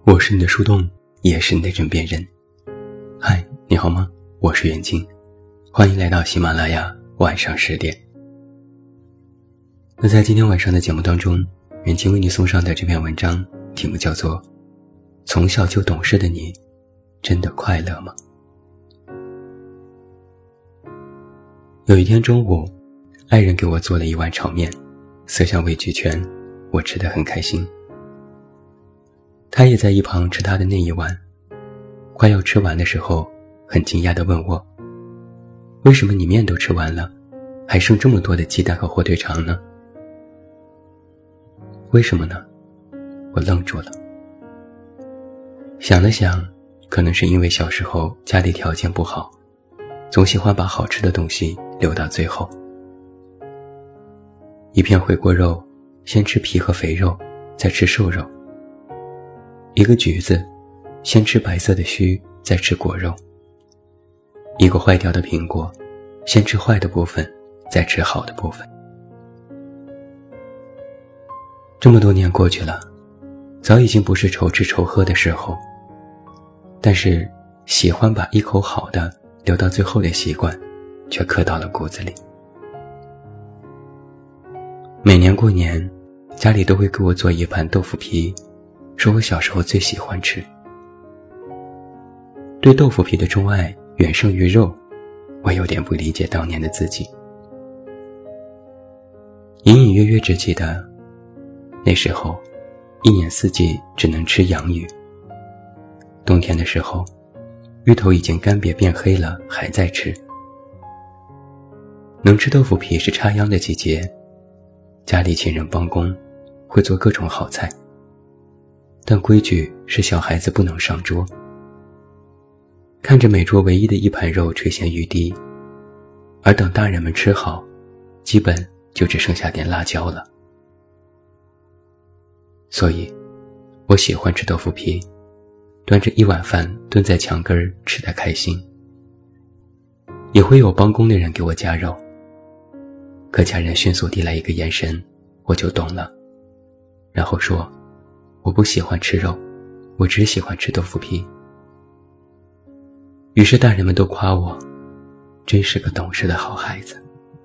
我是你的树洞，也是你的枕边人。嗨，你好吗？我是远近，欢迎来到喜马拉雅晚上10点。那在今天晚上的节目当中，远近为你送上的这篇文章题目叫做从小就懂事的你真的快乐吗？有一天中午，爱人给我做了一碗炒面，色香味俱全，我吃得很开心。他也在一旁吃他的那一碗，快要吃完的时候，很惊讶地问我，为什么你面都吃完了，还剩这么多的鸡蛋和火腿肠呢？为什么呢？我愣住了。想了想，可能是因为小时候家里条件不好，总喜欢把好吃的东西留到最后。一片回锅肉，先吃皮和肥肉，再吃瘦肉。一个橘子，先吃白色的须，再吃果肉。一个坏掉的苹果，先吃坏的部分，再吃好的部分。这么多年过去了，早已经不是愁吃愁喝的时候，但是喜欢把一口好的留到最后的习惯却刻到了骨子里。每年过年，家里都会给我做一盘豆腐皮，是我小时候最喜欢吃。对豆腐皮的钟爱远胜于肉，我有点不理解当年的自己。隐隐约约只记得那时候一年四季只能吃洋芋，冬天的时候芋头已经干瘪变黑了还在吃。能吃豆腐皮是插秧的季节，家里请人帮工，会做各种好菜，但规矩是小孩子不能上桌。看着每桌唯一的一盘肉垂涎欲滴，而等大人们吃好，基本就只剩下点辣椒了。所以我喜欢吃豆腐皮，端着一碗饭蹲在墙根吃得开心。也会有帮工的人给我夹肉，可家人迅速递来一个眼神，我就懂了，然后说我不喜欢吃肉，我只喜欢吃豆腐皮。于是大人们都夸我真是个懂事的好孩子。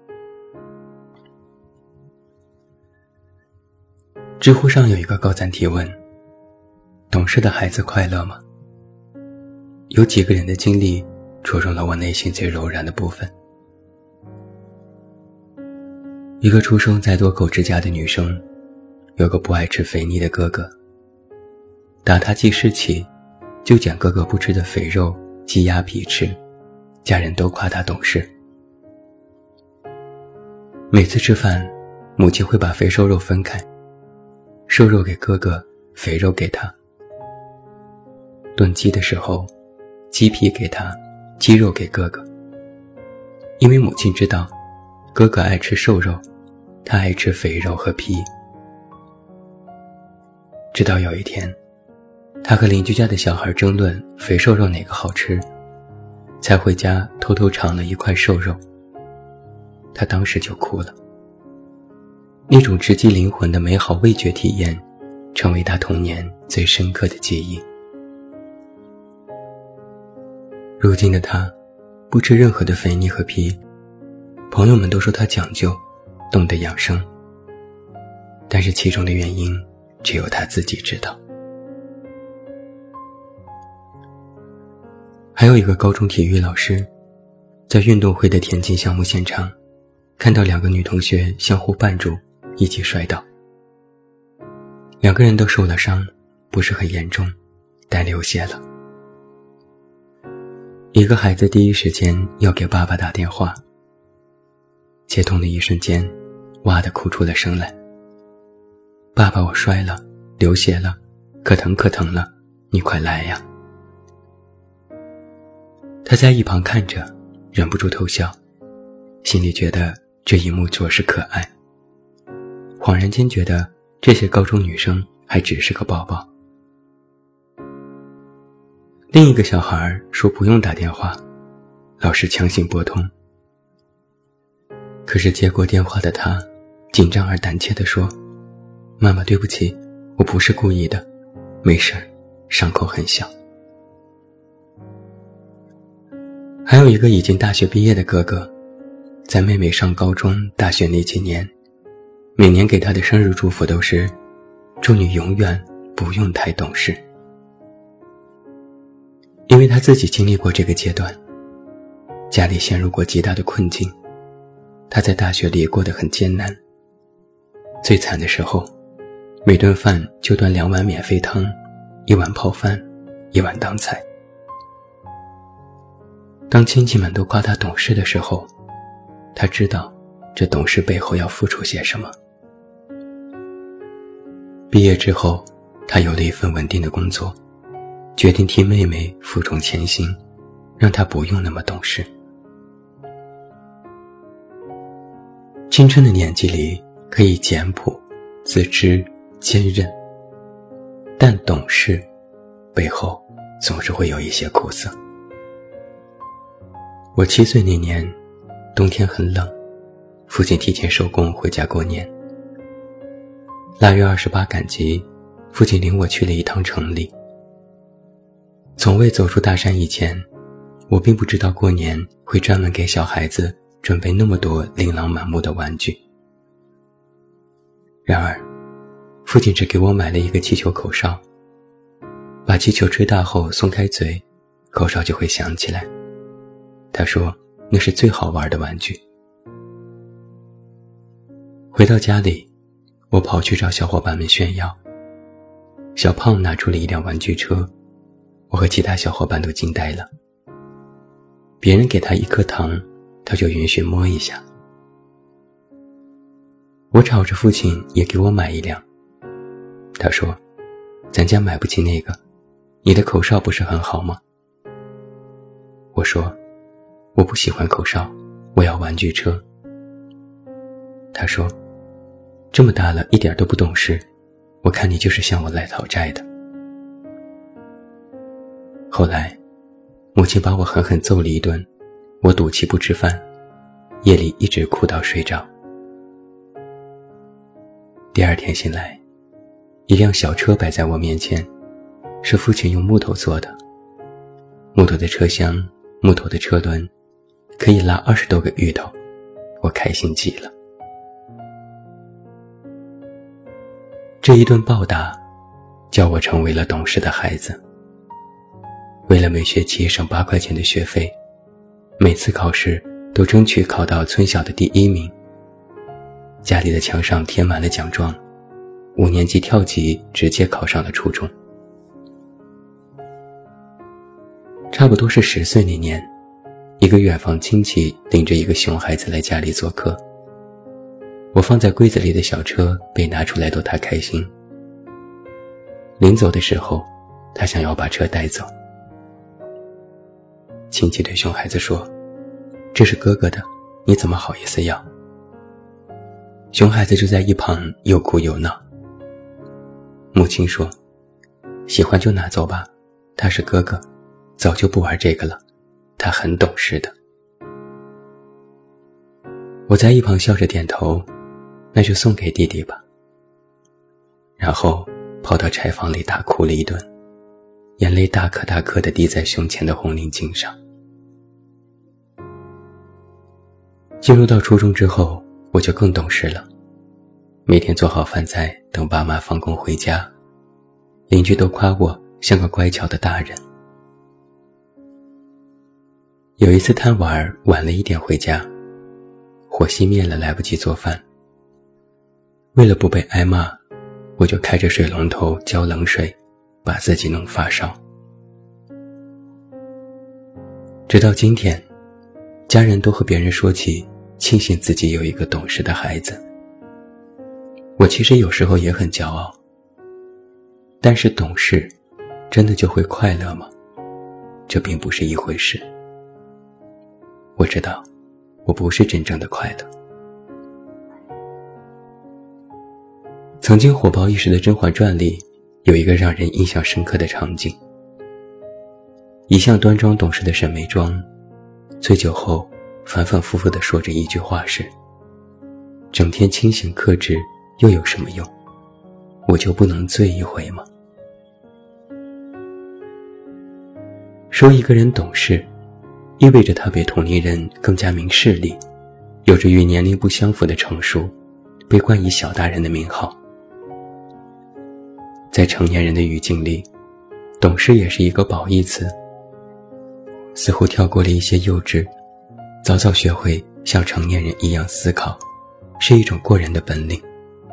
知乎上有一个高赞提问，懂事的孩子快乐吗？有几个人的经历戳中了我内心最柔软的部分。一个出生在多口之家的女生，有个不爱吃肥腻的哥哥，打他记事起就捡哥哥不吃的肥肉鸡鸭皮吃，家人都夸他懂事。每次吃饭，母亲会把肥瘦肉分开，瘦肉给哥哥，肥肉给他。炖鸡的时候，鸡皮给他，鸡肉给哥哥。因为母亲知道哥哥爱吃瘦肉，他爱吃肥肉和皮。直到有一天，他和邻居家的小孩争论肥瘦肉哪个好吃，才回家偷偷尝了一块瘦肉。他当时就哭了，那种直击灵魂的美好味觉体验，成为他童年最深刻的记忆。如今的他不吃任何的肥腻和皮，朋友们都说他讲究，懂得养生，但是其中的原因只有他自己知道。还有一个高中体育老师，在运动会的田径项目现场，看到2个女同学相互绊住，一起摔倒。2个人都受了伤，不是很严重，但流血了。一个孩子第一时间要给爸爸打电话，接通的一瞬间，哇地哭出了声来。爸爸，我摔了，流血了，可疼可疼了，你快来呀。他在一旁看着，忍不住偷笑，心里觉得这一幕着实可爱。恍然间觉得这些高中女生还只是个宝宝。另一个小孩说不用打电话，老师强行拨通。可是接过电话的他紧张而胆怯地说，妈妈对不起，我不是故意的，没事， 伤口很小。还有一个已经大学毕业的哥哥，在妹妹上高中大学那几年，每年给她的生日祝福都是祝你永远不用太懂事。因为他自己经历过这个阶段，家里陷入过极大的困境，他在大学里过得很艰难。最惨的时候，每顿饭就端2碗免费汤，1碗泡饭，1碗当菜。当亲戚们都夸他懂事的时候，他知道这懂事背后要付出些什么。毕业之后，他有了一份稳定的工作，决定替妹妹负重前行，让她不用那么懂事。青春的年纪里可以简朴、自知、坚韧，但懂事背后总是会有一些苦涩。我7岁那年，冬天很冷，父亲提前收工回家过年。腊月28赶集，父亲领我去了一趟城里。从未走出大山以前，我并不知道过年会专门给小孩子准备那么多琳琅满目的玩具。然而，父亲只给我买了一个气球口哨，把气球吹大后松开嘴，口哨就会响起来。他说那是最好玩的玩具。回到家里，我跑去找小伙伴们炫耀。小胖拿出了一辆玩具车，我和其他小伙伴都惊呆了。别人给他1颗糖，他就允许摸一下。我吵着父亲也给我买一辆。他说，咱家买不起那个，你的口哨不是很好吗？我说，我不喜欢口哨，我要玩具车。他说，这么大了一点都不懂事，我看你就是向我来讨债的。后来，母亲把我狠狠揍了一顿，我赌气不吃饭，夜里一直哭到睡着。第二天醒来，一辆小车摆在我面前，是父亲用木头做的。木头的车厢，木头的车轮，可以拉20多个芋头，我开心极了。这一顿暴打，叫我成为了懂事的孩子。为了每学期省8块钱的学费，每次考试都争取考到村小的第1名。家里的墙上贴满了奖状，5年级跳级直接考上了初中。差不多是10岁那年，一个远房亲戚领着一个熊孩子来家里做客。我放在柜子里的小车被拿出来逗他开心。临走的时候，他想要把车带走。亲戚对熊孩子说，这是哥哥的，你怎么好意思要？熊孩子就在一旁又哭又闹。母亲说，喜欢就拿走吧，他是哥哥，早就不玩这个了，他很懂事的。我在一旁笑着点头，那就送给弟弟吧。然后跑到柴房里大哭了一顿，眼泪大颗大颗地滴在胸前的红领巾上。进入到初中之后，我就更懂事了，每天做好饭菜等爸妈放工回家，邻居都夸我像个乖巧的大人。有一次贪玩晚了一点回家，火熄灭了，来不及做饭。为了不被挨骂，我就开着水龙头浇冷水，把自己弄发烧。直到今天，家人都和别人说起庆幸自己有一个懂事的孩子。我其实有时候也很骄傲，但是懂事真的就会快乐吗？这并不是一回事。我知道我不是真正的快乐。曾经火爆一时的《甄嬛传》里有一个让人印象深刻的场景，一向端庄懂事的沈眉庄，醉酒后反反复复地说着一句话是，整天清醒克制又有什么用？我就不能醉一回吗？ 说一个人懂事，意味着他比同龄人更加明事理，有着与年龄不相符的成熟，被冠以小大人的名号。在成年人的语境里，懂事也是一个褒义词，似乎跳过了一些幼稚，早早学会像成年人一样思考，是一种过人的本领。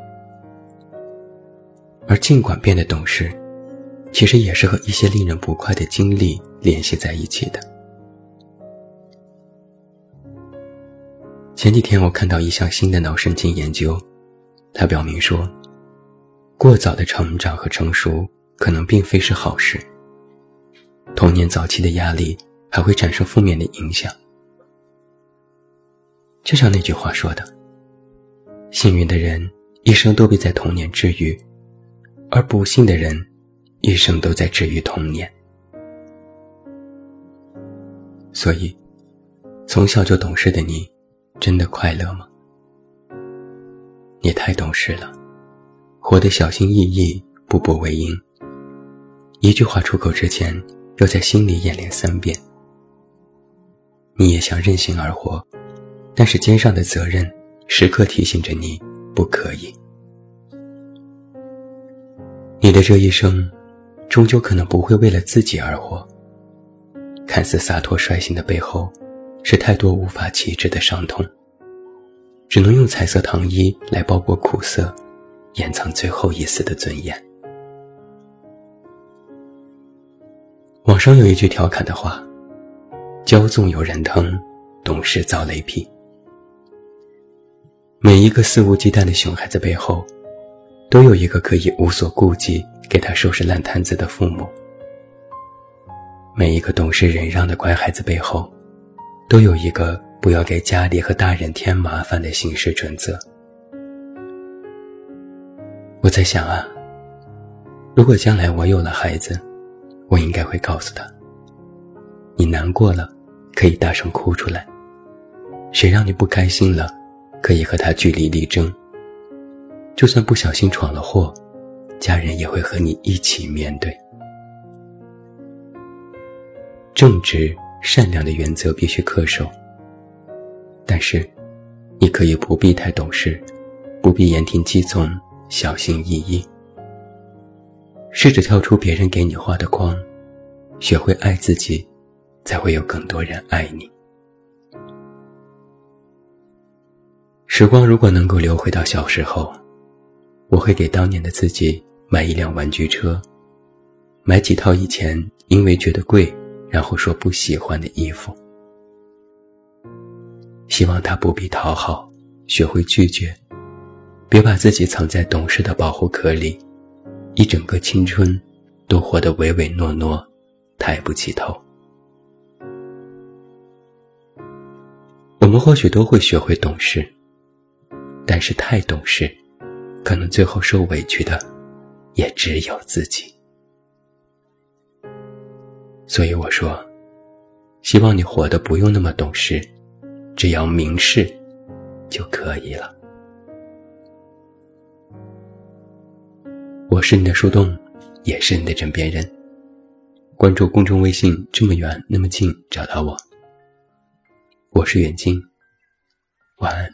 而尽管变得懂事，其实也是和一些令人不快的经历联系在一起的。前几天我看到一项新的脑神经研究，它表明说，过早的成长和成熟可能并非是好事，童年早期的压力还会产生负面的影响。就像那句话说的，幸运的人一生都被在童年治愈，而不幸的人一生都在治愈童年。所以，从小就懂事的你，真的快乐吗？你太懂事了，活得小心翼翼，步步为营。一句话出口之前，要在心里演练3遍。你也想任性而活，但是肩上的责任时刻提醒着你，不可以。你的这一生，终究可能不会为了自己而活。看似洒脱率性的背后，是太多无法启齿的伤痛，只能用彩色糖衣来包裹苦涩，掩藏最后一丝的尊严。网上有一句调侃的话，骄纵有人疼，懂事遭雷劈。每一个肆无忌惮的熊孩子背后，都有一个可以无所顾忌给他收拾烂摊子的父母。每一个懂事忍让的乖孩子背后，都有一个不要给家里和大人添麻烦的行事准则。我在想啊，如果将来我有了孩子，我应该会告诉他，你难过了可以大声哭出来，谁让你不开心了可以和他据理力争，就算不小心闯了祸，家人也会和你一起面对。正直善良的原则必须恪守，但是你可以不必太懂事，不必言听计从，小心翼翼。试着跳出别人给你画的框，学会爱自己，才会有更多人爱你。时光如果能够流回到小时候，我会给当年的自己买一辆玩具车，买几套以前因为觉得贵然后说不喜欢的衣服。希望他不必讨好，学会拒绝，别把自己藏在懂事的保护壳里，一整个青春都活得唯唯诺诺，抬不起头。我们或许都会学会懂事，但是太懂事，可能最后受委屈的也只有自己。所以我说，希望你活得不用那么懂事，只要明事就可以了。我是你的树洞，也是你的枕边人。关注公众微信这么远那么近，找到我。我是远近，晚安。